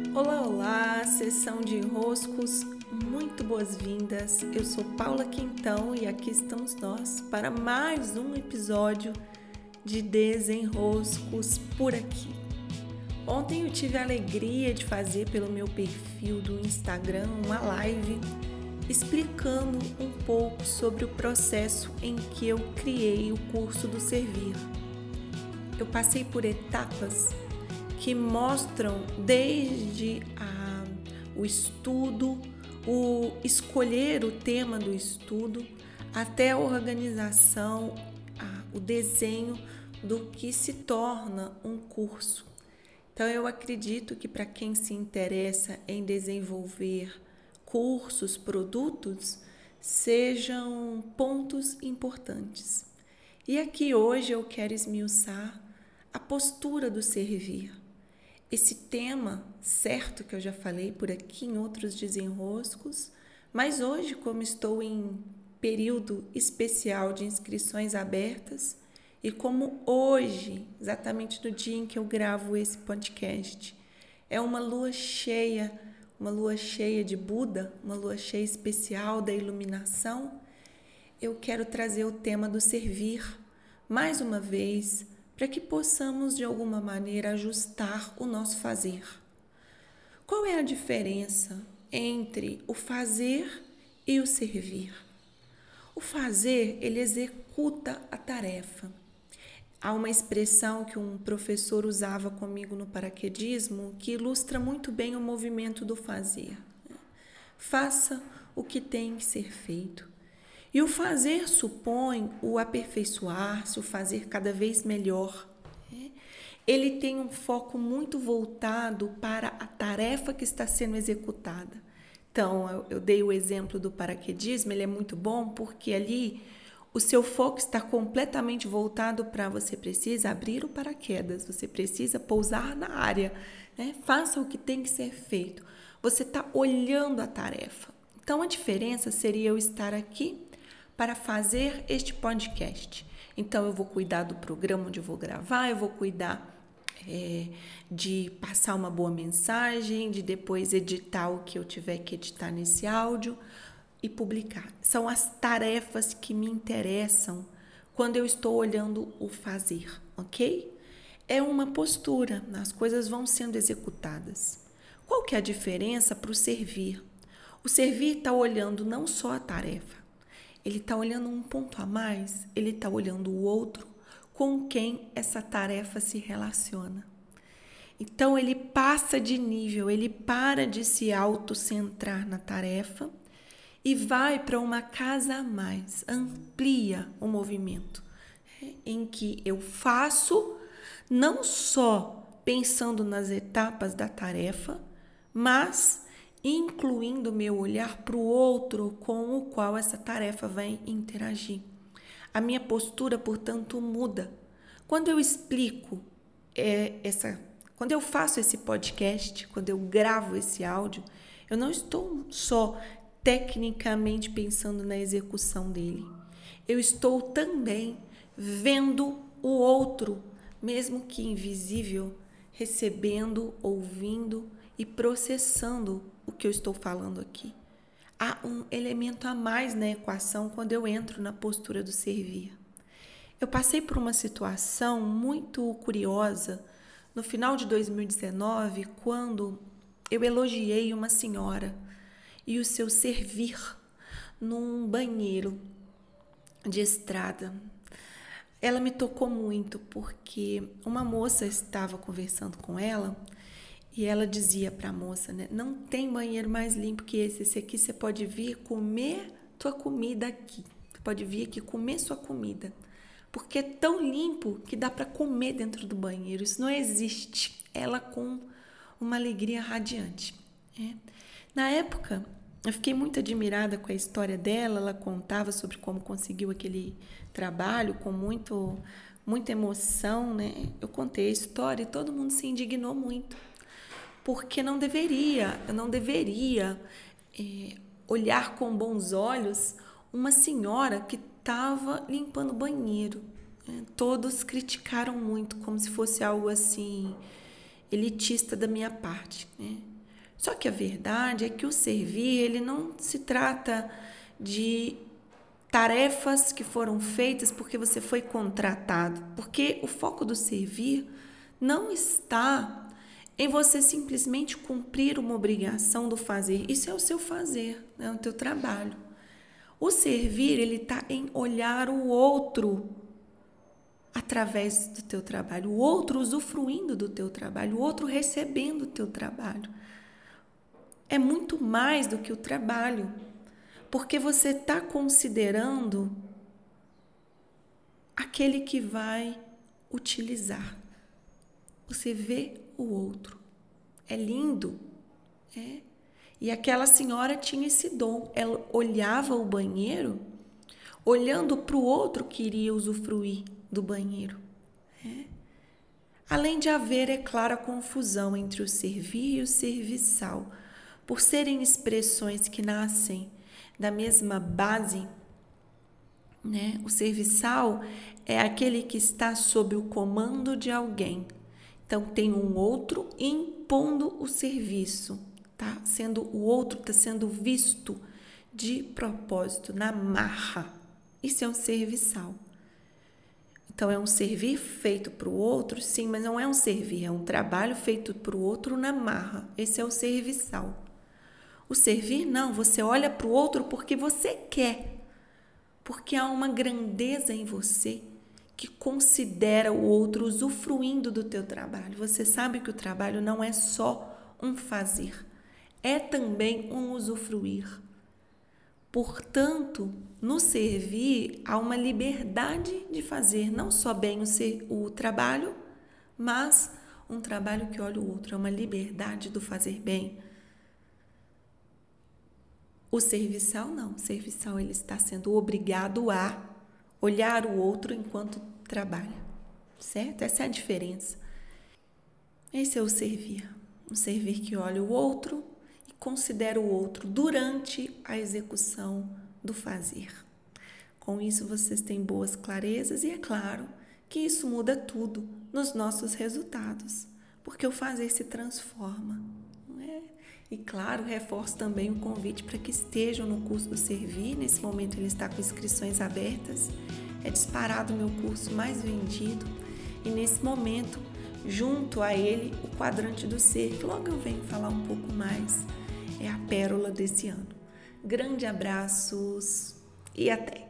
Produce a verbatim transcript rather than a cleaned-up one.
Olá, olá, sessão de enroscos, muito boas-vindas. Eu sou Paula Quintão e aqui estamos nós para mais um episódio de Desenroscos por aqui. Ontem eu tive a alegria de fazer pelo meu perfil do Instagram uma live explicando um pouco sobre o processo em que eu criei o curso do Servir. Eu passei por etapas que mostram desde a, o estudo, o escolher o tema do estudo, até a organização, a, o desenho do que se torna um curso. Então, eu acredito que para quem se interessa em desenvolver cursos, produtos, sejam pontos importantes. E aqui hoje eu quero esmiuçar a postura do servir. Esse tema, certo que eu já falei por aqui em outros desenroscos, mas hoje, como estou em período especial de inscrições abertas e como hoje, exatamente no dia em que eu gravo esse podcast, é uma lua cheia, uma lua cheia de Buda, uma lua cheia especial da iluminação, eu quero trazer o tema do servir, mais uma vez, para que possamos, de alguma maneira, ajustar o nosso fazer. Qual é a diferença entre o fazer e o servir? O fazer, ele executa a tarefa. Há uma expressão que um professor usava comigo no paraquedismo que ilustra muito bem o movimento do fazer. Faça o que tem que ser feito. E o fazer supõe o aperfeiçoar-se, o fazer cada vez melhor. Ele tem um foco muito voltado para a tarefa que está sendo executada. Então, eu dei o exemplo do paraquedismo, ele é muito bom porque ali o seu foco está completamente voltado para você precisa abrir o paraquedas, você precisa pousar na área, né? Faça o que tem que ser feito. Você está olhando a tarefa. Então, a diferença seria eu estar aqui para fazer este podcast. Então, eu vou cuidar do programa onde eu vou gravar, eu vou cuidar é, de passar uma boa mensagem, de depois editar o que eu tiver que editar nesse áudio e publicar. São as tarefas que me interessam quando eu estou olhando o fazer, ok? É uma postura, as coisas vão sendo executadas. Qual que é a diferença para o servir? O servir está olhando não só a tarefa, ele está olhando um ponto a mais, ele está olhando o outro com quem essa tarefa se relaciona. Então, ele passa de nível, ele para de se autocentrar na tarefa e vai para uma casa a mais, amplia o movimento, em que eu faço não só pensando nas etapas da tarefa, mas incluindo meu olhar para o outro com o qual essa tarefa vai interagir. A minha postura, portanto, muda. Quando eu explico é, essa, quando eu faço esse podcast, quando eu gravo esse áudio, eu não estou só tecnicamente pensando na execução dele. Eu estou também vendo o outro, mesmo que invisível, recebendo, ouvindo e processando o que eu estou falando aqui. Há um elemento a mais na equação quando eu entro na postura do servir. Eu passei por uma situação muito curiosa no final de dois mil e dezenove, quando eu elogiei uma senhora e o seu servir num banheiro de estrada. Ela me tocou muito porque uma moça estava conversando com ela e ela dizia para a moça, né, não tem banheiro mais limpo que esse, esse aqui você pode vir comer tua comida aqui, você pode vir aqui comer sua comida, porque é tão limpo que dá para comer dentro do banheiro, isso não existe. Ela com uma alegria radiante. Né? Na época, eu fiquei muito admirada com a história dela, ela contava sobre como conseguiu aquele trabalho com muito, muita emoção, né? Eu contei a história e todo mundo se indignou muito, porque não deveria, eu não deveria é, olhar com bons olhos uma senhora que estava limpando o banheiro. Né? Todos criticaram muito, como se fosse algo assim elitista da minha parte, né? Só que a verdade é que o servir, ele não se trata de tarefas que foram feitas porque você foi contratado, porque o foco do servir não está em você simplesmente cumprir uma obrigação do fazer. Isso é o seu fazer, é o teu trabalho. O servir, ele está em olhar o outro através do teu trabalho, o outro usufruindo do teu trabalho, o outro recebendo o teu trabalho. É muito mais do que o trabalho, porque você está considerando aquele que vai utilizar. Você vê o outro. É lindo, é. E aquela senhora tinha esse dom. Ela olhava o banheiro, olhando para o outro que iria usufruir do banheiro. É. Além de haver, é claro, a confusão entre o servir e o serviçal, por serem expressões que nascem da mesma base, né? O serviçal é aquele que está sob o comando de alguém. Então, tem um outro impondo o serviço, tá? Sendo o outro está sendo visto de propósito, na marra. Isso é um serviçal. Então, é um servir feito para o outro, sim, mas não é um servir, é um trabalho feito para o outro na marra. Esse é o serviçal. O servir, não, você olha para o outro porque você quer, porque há uma grandeza em você que considera o outro usufruindo do teu trabalho. Você sabe que o trabalho não é só um fazer, é também um usufruir. Portanto, no servir, há uma liberdade de fazer não só bem o, ser, o trabalho, mas um trabalho que olha o outro. É uma liberdade do fazer bem. O serviçal não. O serviçal ele está sendo obrigado a olhar o outro enquanto trabalha. Certo? Essa é a diferença. Esse é o servir. Um servir que olha o outro e considera o outro durante a execução do fazer. Com isso, vocês têm boas clarezas e é claro que isso muda tudo nos nossos resultados, porque o fazer se transforma. Não é? E claro, reforço também o convite para que estejam no curso do Servir. Nesse momento ele está com inscrições abertas. É disparado o meu curso mais vendido. E nesse momento, junto a ele, o quadrante do ser, que logo eu venho falar um pouco mais. É a pérola desse ano. Grande abraços e até!